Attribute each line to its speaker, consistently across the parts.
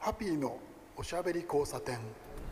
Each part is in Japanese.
Speaker 1: ハピーのおしゃべり交差点。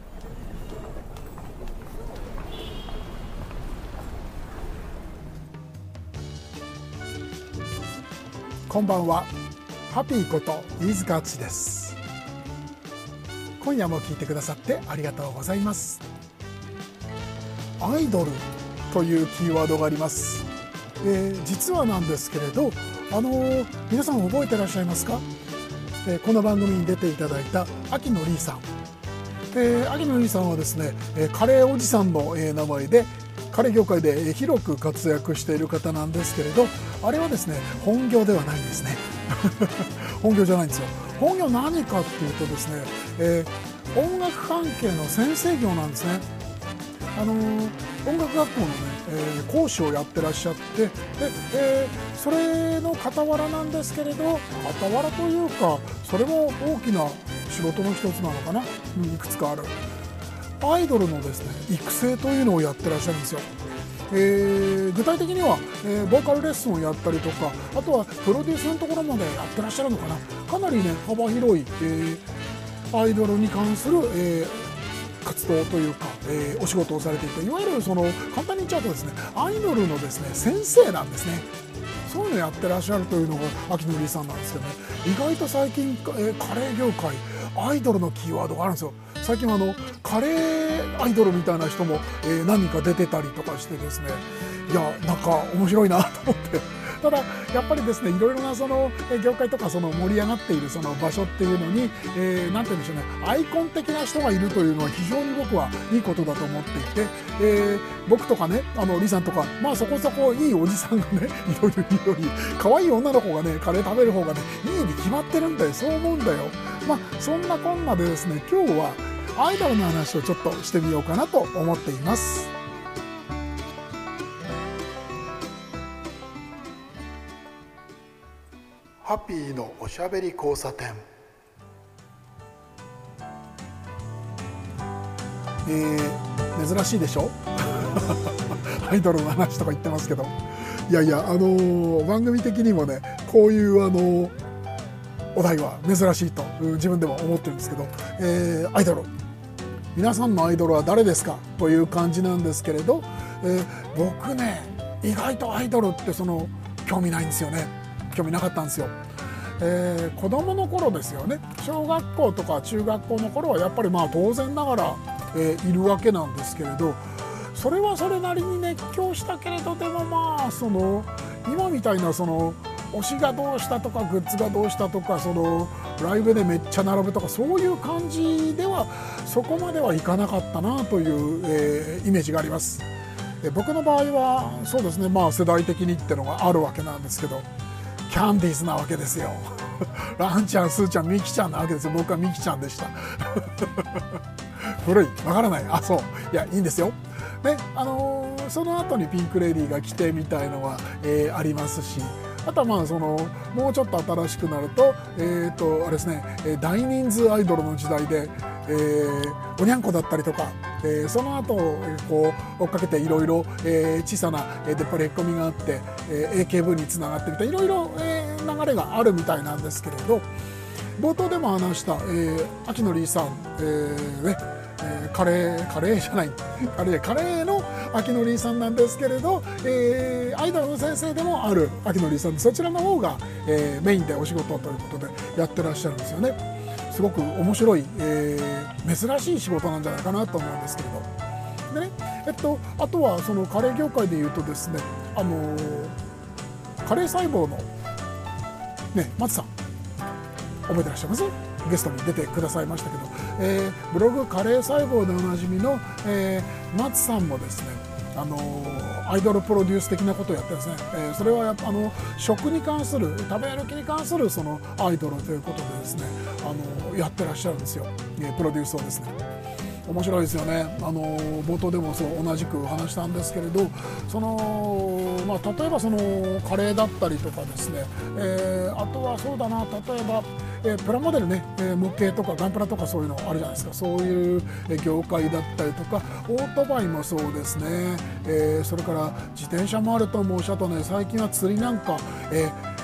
Speaker 1: こんばんは。ハピーこと飯塚敦です。今夜も聞いてくださってありがとうございます。アイドルというキーワードがあります。実はなんですけれど、皆さん覚えてらっしゃいますか？この番組に出ていただいた秋野里さん、秋野里さんはですね、カレーおじさんの名前でカレー業界で広く活躍している方なんですけれど、あれはですね本業ではないんですね本業じゃないんですよ。本業何かっていうとですね、音楽関係の先生業なんですね。音楽学校のね、講師をやってらっしゃって、で、それの傍らなんですけれど、傍らというかそれも大きな仕事の一つなのかな、いくつかあるアイドルのですね育成というのをやってらっしゃるんですよ。具体的には、ボーカルレッスンをやったりとか、あとはプロデュースのところまでやってらっしゃるのかな。かなりね幅広い、アイドルに関する、活動というか、お仕事をされていて、いわゆるその簡単に言っちゃうとですねアイドルのですね先生なんですね。そういうのやってらっしゃるというのが秋野里さんなんですけどね、意外と最近、カレー業界アイドルのキーワードがあるんですよ。最近はカレーアイドルみたいな人も、何人か出てたりとかしてですね、いやなんか面白いなと思って。ただやっぱりですねいろいろなその業界とかその盛り上がっているその場所っていうのに、なんて言うんでしょうね、アイコン的な人がいるというのは非常に僕はいいことだと思っていて、僕とかねリさんとか、まあそこそこいいおじさんがねいろいろいるより可愛い女の子がねカレー食べる方がねいいに決まってるんだよ。そう思うんだよ。まあそんなこんなでですね、今日はアイドルの話をちょっとしてみようかなと思っています。ハッピーのおしゃべり交差点。珍しいでしょアイドルの話とか言ってますけど、いやいや番組的にもねこういうお題は珍しいと自分でも思ってるんですけど、アイドル、皆さんのアイドルは誰ですかという感じなんですけれど、僕ね意外とアイドルって興味ないんですよね。興味なかったんですよ。子供の頃ですよね。小学校とか中学校の頃はやっぱりまあ当然ながら、いるわけなんですけれど、それはそれなりに熱狂したけれど、でもまあ今みたいな推しがどうしたとかグッズがどうしたとかライブでめっちゃ並ぶとかそういう感じではそこまではいかなかったなという、イメージがあります。僕の場合はそうですね、まあ世代的にってのがあるわけなんですけど、キャンディーズなわけですよランちゃん、スーちゃん、ミキちゃんなわけですよ。僕はミキちゃんでした古い、わからない。そう、いやいいんですよね。その後にピンク・レディーが来てみたいのは、ありますし、あとはまあもうちょっと新しくなるとあれですね、大人数アイドルの時代で、おにゃんこだったりとか、その後こう追っかけていろいろ小さなデプレコミがあって、AKB につながってみたいろいろ流れがあるみたいなんですけれど、冒頭でも話した、秋野里さん、ね、カレーじゃないカレーの秋野里さんなんですけれど、アイドルの先生でもある秋野里さんで、そちらの方が、メインでお仕事ということでやってらっしゃるんですよね。すごく面白い、珍しい仕事なんじゃないかなと思うんですけれど。でね、あとはカレー業界でいうとですね、カレー細胞のね松さん覚えてらっしゃいます？ゲストに出てくださいましたけど、ブログカレー細胞でおなじみの、松さんもですねアイドルプロデュース的なことをやってるんですね。それはやっぱ食に関する食べ歩きに関するアイドルということでですねやってらっしゃるんですよ、プロデュースをですね。面白いですよね。冒頭でも同じく話したんですけれど、まあ、例えばカレーだったりとかですね、あとはそうだな、例えばプラモデルね、模型とかガンプラとかそういうのあるじゃないですか。そういう業界だったりとか、オートバイもそうですね、それから自転車もあると思うし、あとね最近は釣りなんか、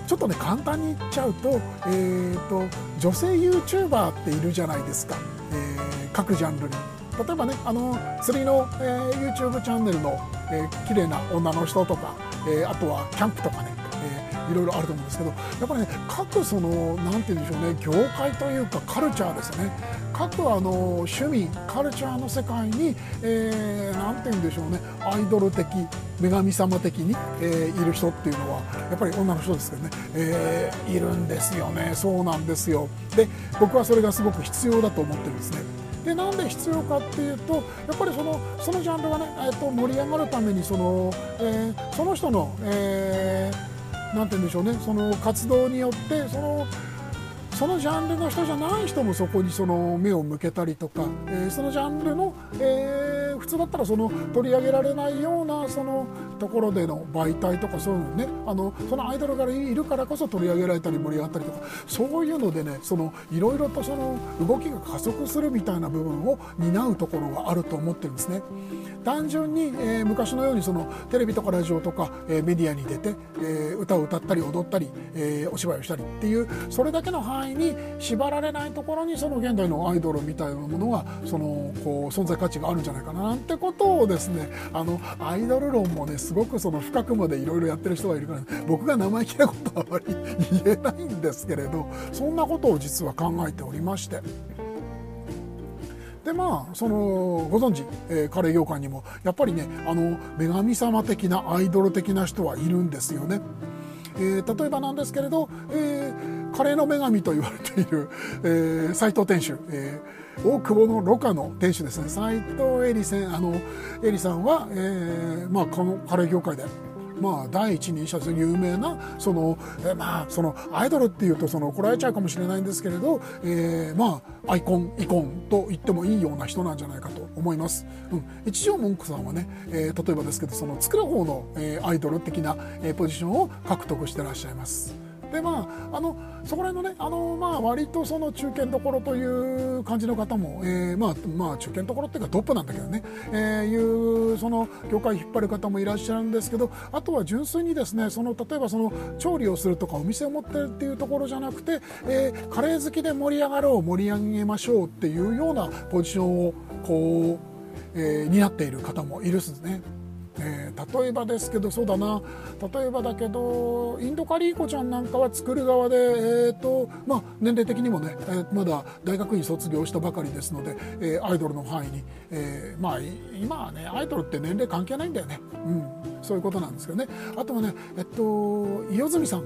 Speaker 1: ちょっとね簡単に言っちゃうと、女性 YouTuber っているじゃないですか、各ジャンルに。例えばね釣りの、YouTube チャンネルの、綺麗な女の人とか、あとはキャンプとかね、いろいろあると思うんですけど、やっぱりね各そのなんて言うんでしょうね、業界というかカルチャーですよね。各趣味カルチャーの世界に、なんて言うんでしょうね、アイドル的女神様的に、いる人っていうのはやっぱり女の人ですけどね、いるんですよね。そうなんですよ。で僕はそれがすごく必要だと思ってるんですね。でなんで必要かっていうと、やっぱりそのジャンルがね、盛り上がるためにその人の、なんて言うんでしょうね、その活動によってそのジャンルの人じゃない人もそこにその目を向けたりとか、そのジャンルの、普通だったらその取り上げられないようなそのところでの媒体とかそういうのね、そのアイドルがいるからこそ取り上げられたり盛り上がったりとか、そういうのでね、いろいろとその動きが加速するみたいな部分を担うところがあると思ってるんですね。単純に、昔のようにそのテレビとかラジオとか、メディアに出て、歌を歌ったり踊ったり、お芝居をしたりっていうそれだけの範囲に縛られないところにその現代のアイドルみたいなものがこう存在価値があるんじゃないかななんてことをですね、アイドル論もねすごく深くまでいろいろやってる人がいるから、僕が生意気なことはあまり言えないんですけれど、そんなことを実は考えておりまして。でご存知、カレー業界にもやっぱりね女神様的なアイドル的な人はいるんですよね。例えばなんですけれど、カレーの女神と言われている、斉藤店主、大久保のロカの店主ですね、斉藤恵里さんは、このカレー業界で第一人者で有名なアイドルっていうと怒られちゃうかもしれないんですけれど、アイコンイコンと言ってもいいような人なんじゃないかと思います。一条もんこさんはね、例えばですけど作る方の、アイドル的な、ポジションを獲得してらっしゃいます。でそこら辺のね割とその中堅どころという感じの方も、中堅どころっていうかトップなんだけどね、いうその業界引っ張る方もいらっしゃるんですけど、あとは純粋にですね例えば調理をするとかお店を持ってるっていうところじゃなくて、カレー好きで盛り上がろう盛り上げましょうっていうようなポジションをこう、担っている方もいるんですね。例えばですけどそうだな例えばだけどインドカリーコちゃんなんかは作る側で、年齢的にもね、まだ大学院卒業したばかりですので、アイドルの範囲に、今はねアイドルって年齢関係ないんだよね、そういうことなんですけどね。あとはね伊予住さん、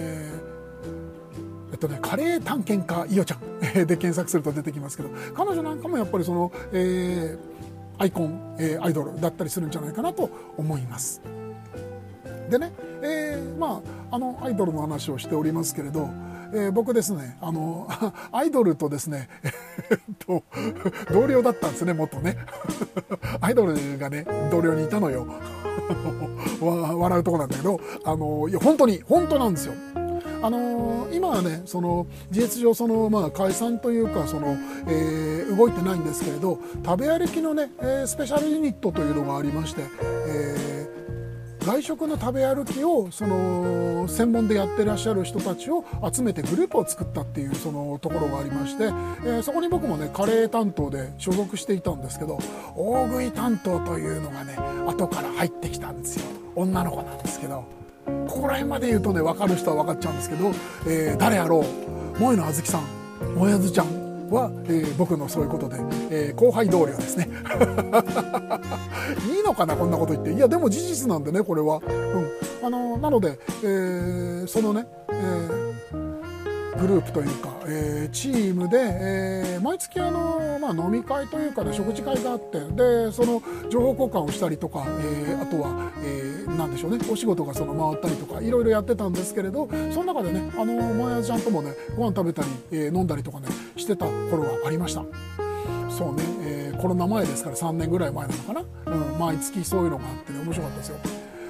Speaker 1: カレー探検家伊予ちゃんで検索すると出てきますけど、彼女なんかもやっぱりアイコン、アイドルだったりするんじゃないかなと思います。でね、アイドルの話をしておりますけれど、僕ですねアイドルとですね同僚だったんですね、元ねアイドルがね同僚にいたのよ笑うとこなんだけどいや本当なんですよ。今はね事実上解散というか動いてないんですけれど、食べ歩きのね、スペシャルユニットというのがありまして、外食の食べ歩きを専門でやってらっしゃる人たちを集めてグループを作ったっていうところがありまして、そこに僕もねカレー担当で所属していたんですけど、大食い担当というのがね後から入ってきたんですよ。女の子なんですけど、ここら辺まで言うとね分かる人は分かっちゃうんですけど、誰やろう萌えのあずきさん、萌えあずちゃんは、僕のそういうことで、後輩同僚ですねいいのかなこんなこと言って。いやでも事実なんでねこれは、なので、そのね、グループというか、チームで、毎月飲み会というか、ね、食事会があって、でその情報交換をしたりとか、あとは、なんでしょうね、お仕事が回ったりとかいろいろやってたんですけれど、その中でねもやちゃんともねご飯食べたり、飲んだりとかねしてた頃はありました。そうね、コロナ前ですから3年ぐらい前なのかな、毎月そういうのがあってね面白かったですよ。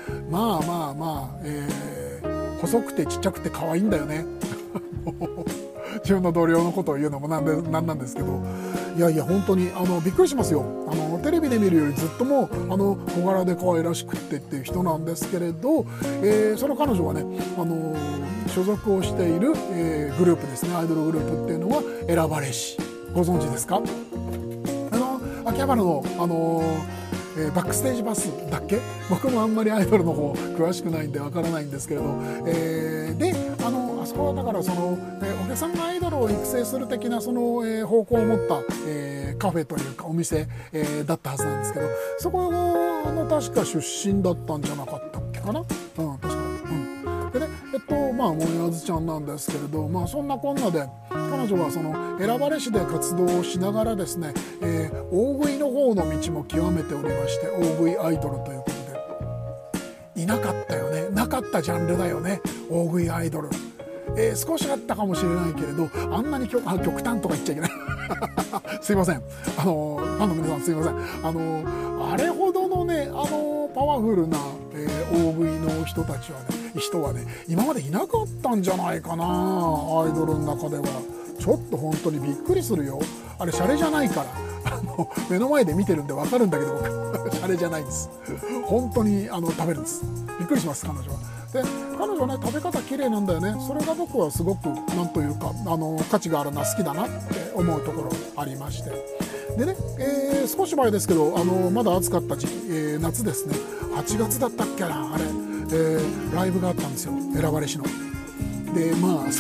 Speaker 1: 細くてちっちゃくて可愛いんだよね自分の同僚のことを言うのもなんなんですけど、いや本当にびっくりしますよ。テレレビで見るよりずっともう小柄で可愛らしくっていう人なんですけれど、その彼女はね所属をしている、グループですね、アイドルグループっていうのは選ばれし、ご存知ですか？秋葉原の、バックステージバスだっけ？僕もあんまりアイドルの方詳しくないんでわからないんですけれど、であそこはだからお客さんがアイドルを育成する的な方向を持った、カフェというかお店、だったはずなんですけど、そこの確か出身だったんじゃなかったっけかな、確か。でね、もえあずちゃんなんですけれど、そんなこんなで彼女は選ばれしで活動をしながらですね、大食いの方の道も極めておりまして、大食いアイドルということでいなかったよね、なかったジャンルだよね、大食いアイドル。少しあったかもしれないけれど、あんなに極端とか言っちゃいけないすいません、ファンの皆さんすいません。あれほどのねパワフルな、大食いの人はね今までいなかったんじゃないかな、アイドルの中では。ちょっと本当にびっくりするよ。あれシャレじゃないから目の前で見てるんで分かるんだけどシャレじゃないんです。本当に食べるんです。びっくりします、彼女は。で彼女ね食べ方綺麗なんだよね。それが僕はすごくなんというか価値があるな、好きだなって思うところありまして、でね、少し前ですけどまだ暑かった時期、夏ですね、8月だったっけな、あれ、ライブがあったんですよ、選ばれしの。で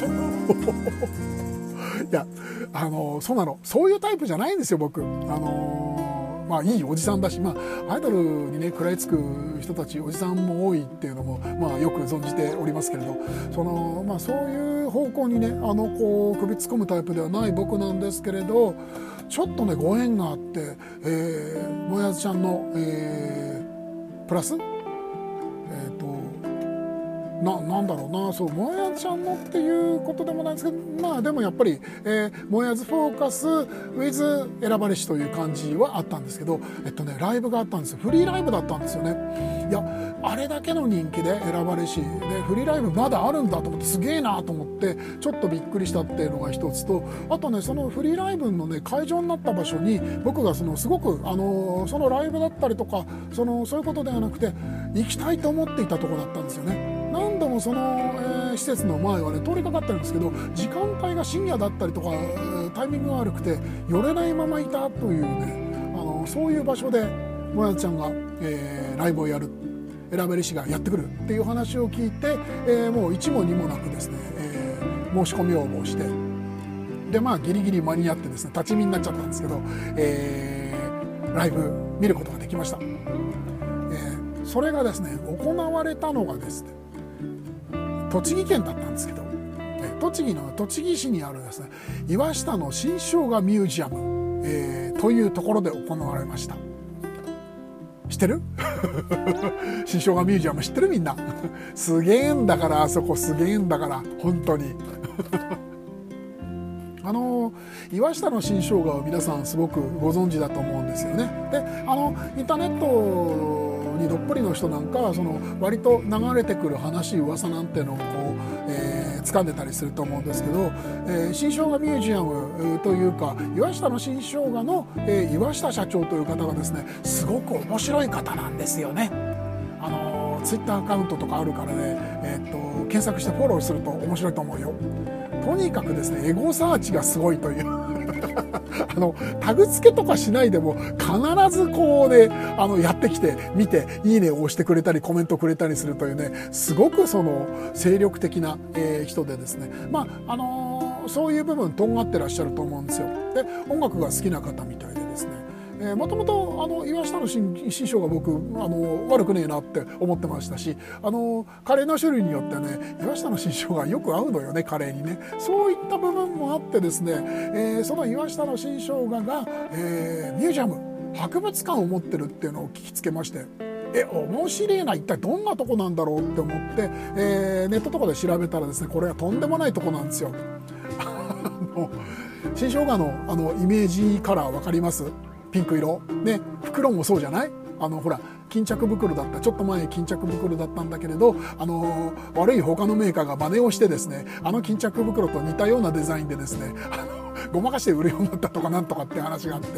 Speaker 1: いやそうなの、そういうタイプじゃないんですよ僕。いいおじさんだし、アイドルにね食らいつく人たちおじさんも多いっていうのも、よく存じておりますけれど、そういう方向にね首突っ込むタイプではない僕なんですけれど、ちょっとねご縁があって、もやずちゃんの、プラスなんだろうな、そうもやちゃんのっていうことでもないんですけど、でもやっぱり、もやずフォーカス with 選ばれしという感じはあったんですけど、ライブがあったんですよ。フリーライブだったんですよね。いやあれだけの人気で選ばれしでフリーライブまだあるんだと思って、すげえなと思ってちょっとびっくりしたっていうのが一つと、あとねそのフリーライブのね会場になった場所に僕がすごくそのライブだったりとかそういうことではなくて行きたいと思っていたところだったんですよね。何度もその、施設の前はね通りかかってるんですけど、時間帯が深夜だったりとかタイミングが悪くて寄れないままいたというね、そういう場所でもやちゃんが、ライブをやる、選ばれしがやってくるっていう話を聞いて、もう1も2もなくですね、申し込み応募をして、でギリギリ間に合ってですね立ち見になっちゃったんですけど、ライブ見ることができました。それがですね行われたのがですね栃木県だったんですけど、栃木市にあるですね岩下の新生姜ミュージアム、というところで行われました。知ってる新生姜ミュージアム知ってるみんなすげえんだから、あそこすげえんだから本当に岩下の新生姜を皆さんすごくご存知だと思うんですよね。でインターネットにどっぷりの人なんかは割と流れてくる話噂なんてのを掴んでたりすると思うんですけど、新生姜ミュージアムというか岩下の新生姜の、岩下社長という方がですねすごく面白い方なんですよね。ツイッターアカウントとかあるからね、検索してフォローすると面白いと思うよ。とにかくですねエゴサーチがすごいというタグ付けとかしないでも必ずこうねやってきて見ていいねを押してくれたりコメントくれたりするというね、すごく精力的な、人でですね、そういう部分とんがってらっしゃると思うんですよ。で音楽が好きな方みたいでですね、もともと岩下の新生姜僕悪くねえなって思ってましたし、カレーの種類によってね岩下の新生姜よく合うのよね、カレーにね。そういった部分もあってですね、その岩下の新生姜が、ミュージアム博物館を持ってるっていうのを聞きつけまして、面白いな、一体どんなとこなんだろうって思って、ネットとかで調べたらですねこれはとんでもないとこなんですよ新生姜のイメージカラー分かります？ピンク色ね、袋もそうじゃない？ほら巾着袋だった、ちょっと前巾着袋だったんだけれど悪い他のメーカーが真似をしてですね巾着袋と似たようなデザインでですねごまかして売るようになったとかなんとかって話があって、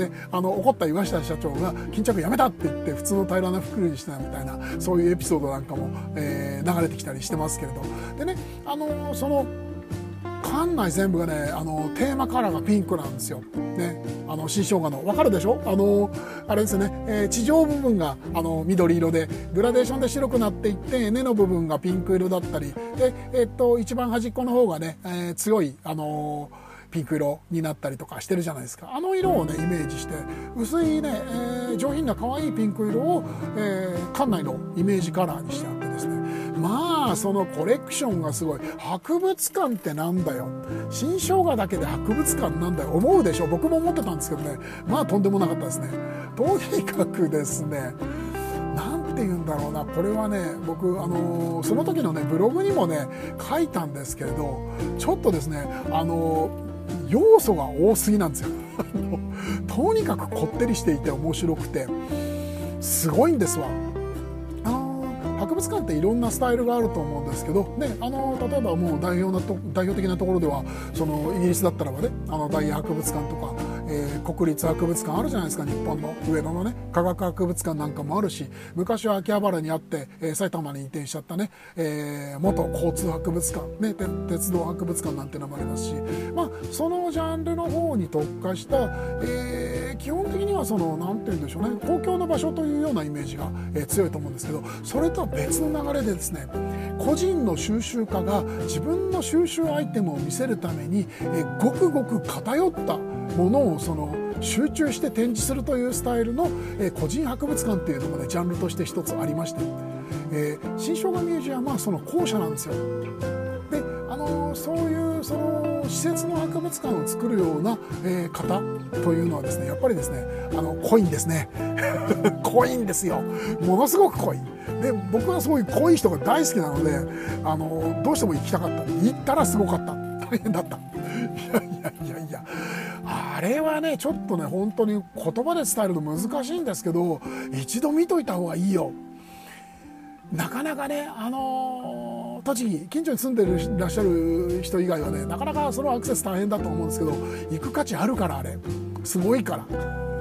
Speaker 1: で怒った岩下社長が巾着やめたって言って普通の平らな服にしたみたいな、そういうエピソードなんかも、流れてきたりしてますけれど、でねその館内全部がねテーマカラーがピンクなんですよ、ね、新生姜の分かるでしょ、あれですね、地上部分が緑色でグラデーションで白くなっていって、根の部分がピンク色だったりで、一番端っこの方がね、強いピンク色になったりとかしてるじゃないですか。色をねイメージして薄いね、上品な可愛いピンク色を、館内のイメージカラーにしてあってですね、まあそのコレクションがすごい。博物館ってなんだよ、新生姜だけで博物館なんだよ思うでしょ。僕も思ってたんですけどね、まあとんでもなかったですね。とにかくですね、なんて言うんだろうな、これはね僕その時のねブログにもね書いたんですけれど、ちょっとですね要素が多すぎなんですよとにかくこってりしていて面白くてすごいんですわ。博物館っていろんなスタイルがあると思うんですけど、ね、例えばもう代表的なところではそのイギリスだったらばね大英博物館とか、国立博物館あるじゃないですか。日本の上野のね科学博物館なんかもあるし、昔は秋葉原にあって、埼玉に移転しちゃったね、元交通博物館、ね、鉄道博物館なんてのもありますし、まあ、そのジャンルの方に特化した、基本的にはそのなんて言うんでしょうね、公共の場所というようなイメージが、強いと思うんですけど、それとは別の流れでですね、個人の収集家が自分の収集アイテムを見せるために、ごくごく偏ったものをその集中して展示するというスタイルの、個人博物館っていうのもねジャンルとして一つありまして、新生姜ミュージアムはその後者なんですよ。でそういうその施設の博物館を作るような、方というのはですね、やっぱりですね濃いんですね濃いんですよ、ものすごく濃い。で僕はそういう濃い人が大好きなのでどうしても行きたかった。行ったらすごかった、大変だった。いやあれはねちょっとね本当に言葉で伝えるの難しいんですけど、一度見といた方がいいよ。なかなかね栃木近所に住んでらっしゃる人以外はねなかなかそのアクセス大変だと思うんですけど、行く価値あるから、あれすごいから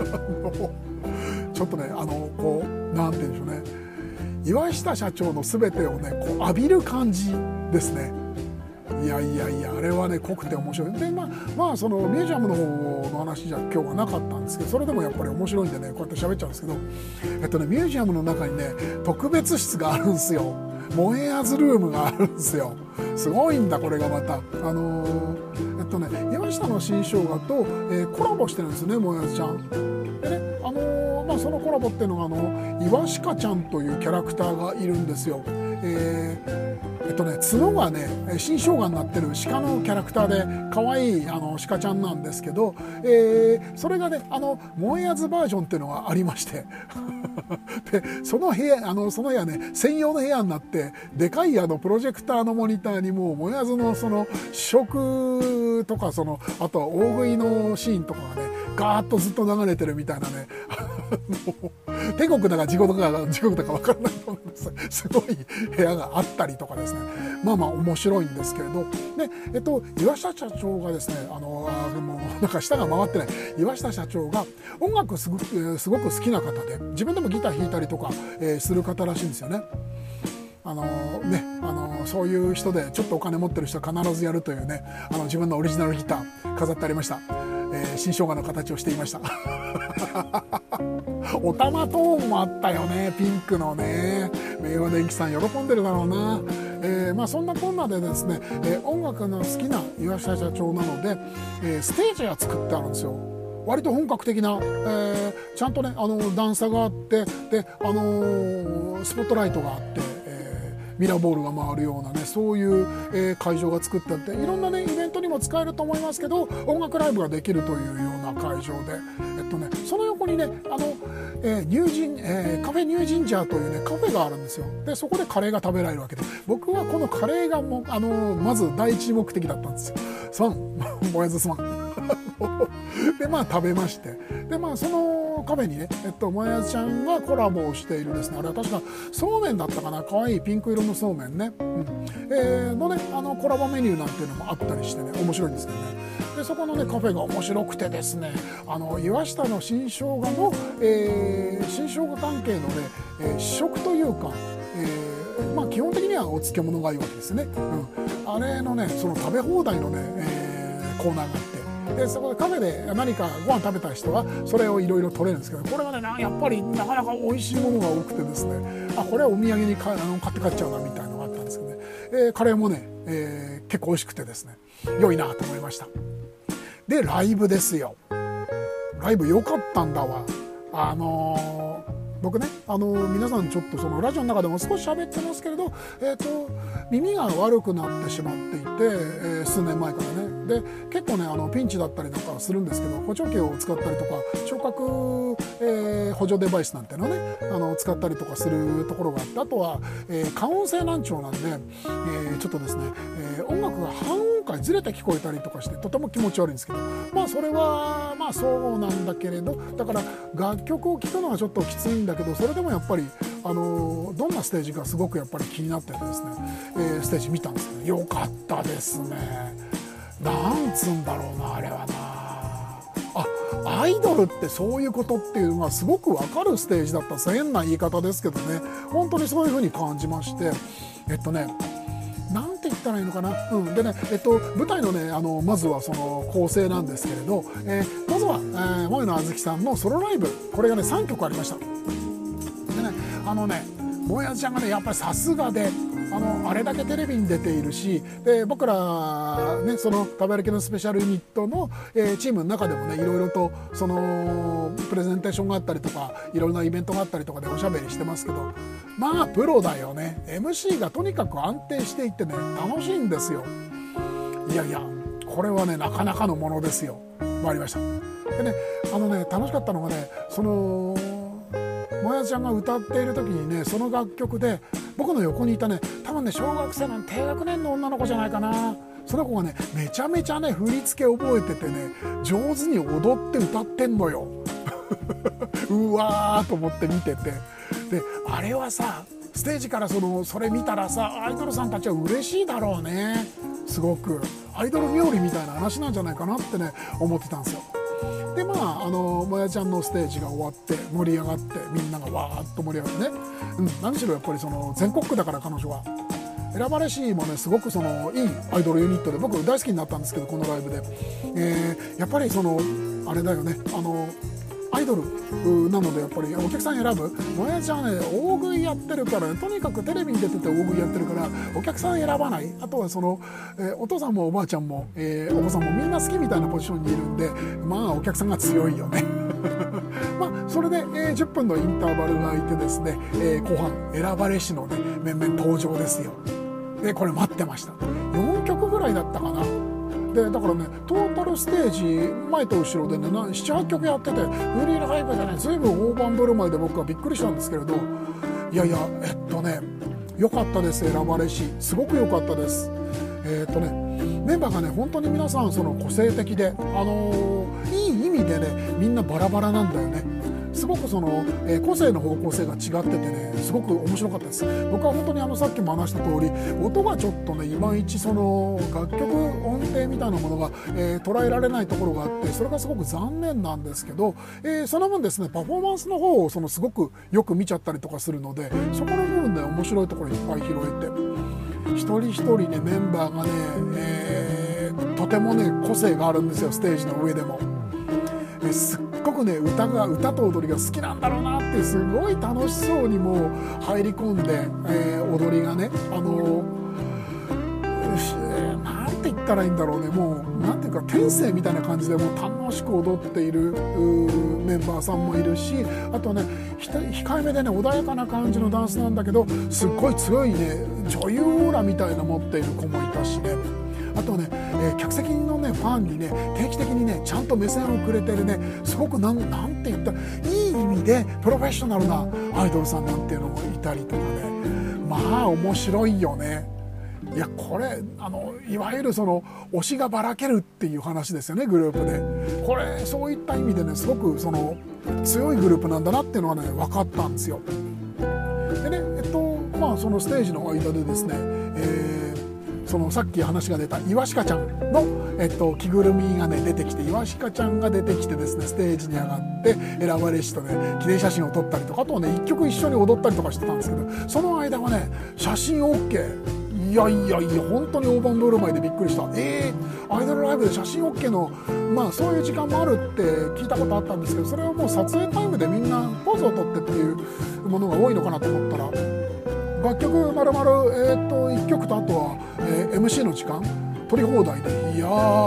Speaker 1: ちょっとねこうなんて言うんでしょうね、岩下社長の全てをねこう浴びる感じですね。いやあれはね濃くて面白い。でまあそのミュージアムの方の話じゃ今日はなかったんですけど、それでもやっぱり面白いんでねこうやって喋っちゃうんですけど、ミュージアムの中にね特別室があるんですよ。モエアズルームがあるんですよ。すごいんだこれがまた。岩下の新生姜と、コラボしてるんですね、モエアズちゃん。でねそのコラボっていうのがイワシカちゃんというキャラクターがいるんですよ。角がね新生姜になってる鹿のキャラクターで可愛い鹿ちゃんなんですけど、それがねモエアズバージョンっていうのがありましてでその部屋ね専用の部屋になって、でかいプロジェクターのモニターにもうモエアズのその試食とかあとは大食いのシーンとかがねガーッとずっと流れてるみたいなね天国だか地獄だか分からないと思います。すごい部屋があったりとかですね、まあ面白いんですけれど、で岩下社長がですねもうなんか舌が回ってない岩下社長が音楽すごく好きな方で、自分でもギター弾いたりとか、する方らしいんですよね。そういう人でちょっとお金持ってる人は必ずやるというね自分のオリジナルギター飾ってありました。新生姜の形をしていましたお玉トーンもあったよね、ピンクのね。明和電機さん喜んでるだろうな。そんなこんなでですね、音楽の好きな岩下社長なので、ステージが作ってあるんですよ。割と本格的な、ちゃんとね段差があって、でスポットライトがあって、ミラーボールが回るようなねそういう、会場が作ってあって、いろんなねイベントにも使えると思いますけど、音楽ライブができるというような会場で、その横にねカフェニュージンジャーというねカフェがあるんですよ。でそこでカレーが食べられるわけで、僕はこのカレーがまず第一目的だったんですよ。すまんもやずすまんで食べまして、でそのカフェにねもやずちゃんがコラボをしているですね、あれは確かそうめんだったかな、可愛いピンク色のそうめんね、のねコラボメニューなんていうのもあったりしてね面白いんですけどね。 でそこのねカフェが面白くてですね、岩下の新生姜の、新生姜関係のね、試食というか、まあ基本的にはお漬物がいいわけですね、あれのねその食べ放題のね、コーナーがあって、でそこでカフェで何かご飯食べた人はそれをいろいろ取れるんですけど、これがねやっぱりなかなか美味しいものが多くてですね、これはお土産に買って帰っちゃうなみたいなのがあったんですけどね、カレーもね、結構美味しくてですね良いなと思いました。でライブですよ。ライブ良かったんだわ。僕ね、皆さんちょっとそのラジオの中でも少し喋ってますけれど、耳が悪くなってしまっていて、数年前からね。で結構ねピンチだったりなんかするんですけど、補聴器を使ったりとか聴覚、補助デバイスなんてのね使ったりとかするところがあって、あとは、過音性難聴なんで、ちょっとですね、音楽が半音階ずれて聞こえたりとかしてとても気持ち悪いんですけど、まあそれはまあそうなんだけれど、だから楽曲を聴くのはちょっときついんだけど、それでもやっぱりどんなステージかすごくやっぱり気になっててですね、ステージ見たんですけどよかったですね。なんつうんだろうな、あれはな、アイドルってそういうことっていうのがすごく分かるステージだったんです。変な言い方ですけどね、本当にそういう風に感じまして、なんて言ったらいいのかな、でね、舞台のねまずはその構成なんですけれど、まずは、萌野あずきさんのソロライブ、これがね3曲ありました。でね萌野ちゃんがねやっぱりさすがで、あれだけテレビに出ているし、で僕らねその食べ歩きのスペシャルユニットの、チームの中でもねいろいろとそのプレゼンテーションがあったりとかいろんなイベントがあったりとかでおしゃべりしてますけど、まあプロだよね。 MC がとにかく安定していてね楽しいんですよ。いやいやこれはねなかなかのものですよ。回りました。でね楽しかったのがね、そのもやちゃんが歌っている時にね、その楽曲で僕の横にいたね多分ね小学生の低学年の女の子じゃないかな、その子がねめちゃめちゃね振り付け覚えててね上手に踊って歌ってんのようわーと思って見てて、であれはさステージからそれ見たらさアイドルさんたちは嬉しいだろうね。すごくアイドル冥利みたいな話なんじゃないかなってね思ってたんですよ。でまあもやちゃんのステージが終わって盛り上がってみんながわーっと盛り上がってね、何しろやっぱりその全国区だから彼女は選ばれしもねすごくいいアイドルユニットで僕大好きになったんですけど、このライブで、やっぱりあれだよね、アイドルなのでやっぱりお客さん選ぶ。もやちゃんはね大食いやってるから、とにかくテレビに出てて大食いやってるからお客さん選ばない。あとはお父さんもおばあちゃんも、お子さんもみんな好きみたいなポジションにいるんで、まあお客さんが強いよねまあそれで、10分のインターバルが空いてですね、後半選ばれしのね面々登場ですよ。でこれ待ってました。4曲ぐらいだったかな。でだからねトータルステージ前と後ろでね 7,8 曲やってて、フリーライブでね随分大盤振る舞いで僕はびっくりしたんですけれど、いやいや良かったです。選ばれしすごく良かったです。メンバーがね本当に皆さん個性的で、いい意味でねみんなバラバラなんだよね。すごく個性の方向性が違っててねすごく面白かったです。僕は本当にさっきも話した通り音がちょっとねいまいち楽曲音程みたいなものが、捉えられないところがあって、それがすごく残念なんですけど、その分ですねパフォーマンスの方をすごくよく見ちゃったりとかするので、そこの部分で面白いところいっぱい拾えて、一人一人ねメンバーがね、とてもね個性があるんですよ。ステージの上でもすっごくね歌と踊りが好きなんだろうなってすごい楽しそうにもう入り込んで、踊りがねなんて言ったらいいんだろうね、もうなんていうか天性みたいな感じでもう楽しく踊っているメンバーさんもいるし、あとね控えめでね穏やかな感じのダンスなんだけどすっごい強いね女優オーラみたいな持っている子もいたしね、あとね、客席のねファンにね定期的にねちゃんと目線をくれてるね、すごくなんて言ったらいい意味でプロフェッショナルなアイドルさんなんていうのもいたりとかね、まあ面白いよね。いやこれいわゆる推しがばらけるっていう話ですよね、グループで。これそういった意味でねすごく強いグループなんだなっていうのはね分かったんですよ。でねまあそのステージの間でですね、 そのさっき話が出たイワシカちゃんの、着ぐるみがね出てきて、イワシカちゃんが出てきてですね、ステージに上がって選ばれしとね記念写真を撮ったりとか、あとはね一曲一緒に踊ったりとかしてたんですけど、その間はね写真 OK。いや本当に大盤振る舞いでびっくりした。アイドルライブで写真 OK のそういう時間もあるって聞いたことあったんですけど、それはもう撮影タイムでみんなポーズを撮ってっていうものが多いのかなと思ったら、楽曲まるまる1曲とあとは、MC の時間取り放題で、いや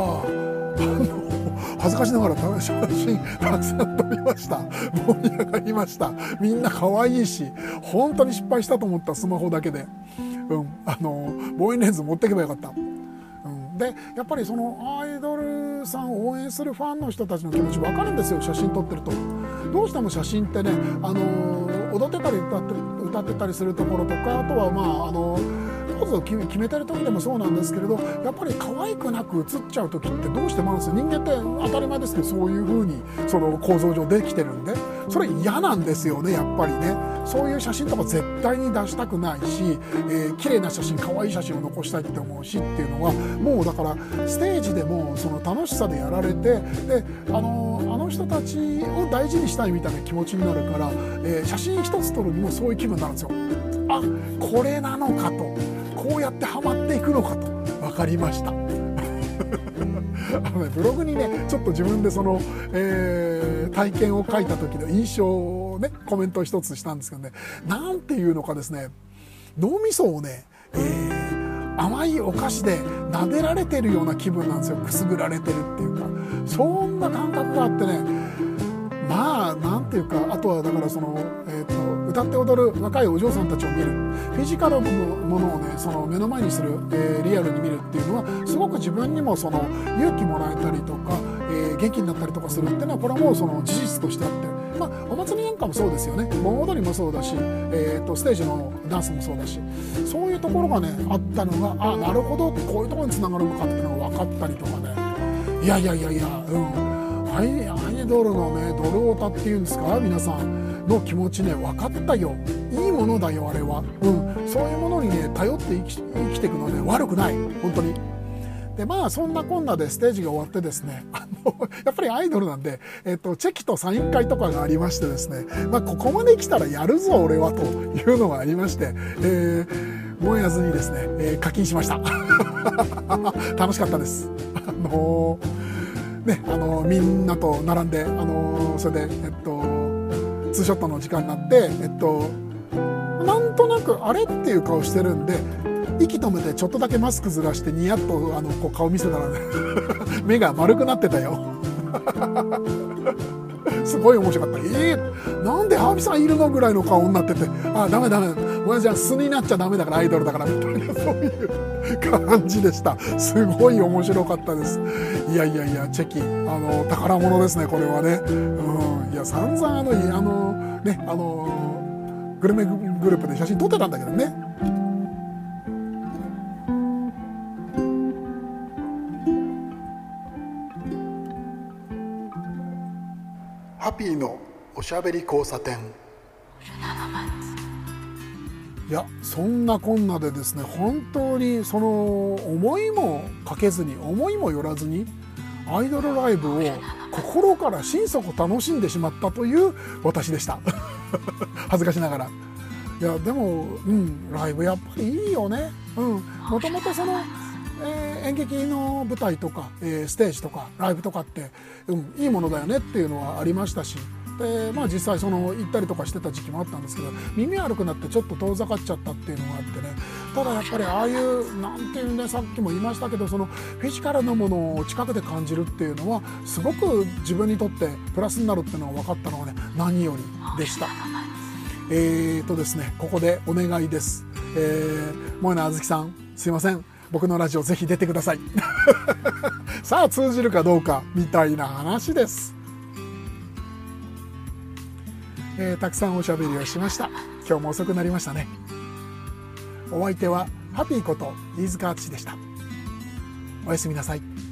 Speaker 1: 恥ずかしながら写真たくさん撮りました。盛り上がりました。みんな可愛いし、本当に失敗したと思った。スマホだけで、望遠レンズ持ってけばよかった。でやっぱりそのアイドルさんを応援するファンの人たちの気持ち分かるんですよ。写真撮ってるとどうしても写真ってね、踊ってたり歌ってたりするところとか、あとはポーズを決めてる時でもそうなんですけれど、やっぱり可愛くなく写っちゃう時ってどうしてもあるんですよ。人間って当たり前ですけど、そういう風にその構造上できてるんで、それ嫌なんですよね。やっぱりね、そういう写真とか絶対に出したくないし、綺麗な写真、可愛い写真を残したいって思うしっていうのは、もうだからステージでもその楽しさでやられて、であの人たちを大事にしたいみたいな気持ちになるから、写真一つ撮るにもそういう気分になるんですよ。あ、これなのかと、こうやってハマっていくのかと分かりました。ブログにねちょっと自分でその、体験を書いた時の印象をねコメントを一つしたんですけどね、なんていうのかですね、脳みそをね、甘いお菓子で撫でられてるような気分なんですよ。くすぐられてるっていうか、そんな感覚があってね、なんていうか、あとはだからその、歌って踊る若いお嬢さんたちを見る、フィジカルのものをねその目の前にする、リアルに見るっていうのはすごく自分にもその勇気もらえたりとか、元気になったりとかするっていうのは、これはもうその事実としてあって、お祭りなんかもそうですよね。盆踊りもそうだし、ステージのダンスもそうだし、そういうところがねあったのが、なるほどって、こういうところにつながるのかっていうのが分かったりとかね。アイドルのねドルオタっていうんですか、皆さんの気持ちね分かったよ。いいものだよあれは。そういうものにね頼って生きていくのはね悪くない、本当に。でそんなこんなでステージが終わってですね、やっぱりアイドルなんで、チェキとサイン会とかがありましてですね、ここまで来たらやるぞ俺はというのがありまして、燃えずにですね、課金しました。楽しかったです。みんなと並んで、それで、ツーショットの時間になって、なんとなくあれっていう顔してるんで、息止めてちょっとだけマスクずらしてニヤッとこう顔見せたらね目が丸くなってたよ。すごい面白かった。なんでハービさんいるのぐらいの顔になってて、ダメ親父は素になっちゃダメだから、アイドルだからみたいな、そういう感じでした。すごい面白かったです。いやチェキ宝物ですね、これはね。いや散々グルメグループで写真撮ってたんだけどね。ハッピーのおしゃべり交差点。いやそんなこんなでですね、本当にその思いもかけずに思いもよらずにアイドルライブを心から心底楽しんでしまったという私でした。恥ずかしながら。いやでも、ライブやっぱりいいよね。もともとその、演劇の舞台とか、ステージとかライブとかって、いいものだよねっていうのはありましたし、で実際その行ったりとかしてた時期もあったんですけど、耳悪くなってちょっと遠ざかっちゃったっていうのがあってね。ただやっぱりああいうなんていうんで、さっきも言いましたけど、そのフィジカルなものを近くで感じるっていうのはすごく自分にとってプラスになるっていうのが分かったのがね、何よりでした。ですね、ここでお願いです。萌えあずきさん、すいません、僕のラジオぜひ出てください。さあ通じるかどうかみたいな話です。たくさんおしゃべりをしました。今日も遅くなりましたね。お相手はハッピーこと飯塚敦でした。おやすみなさい。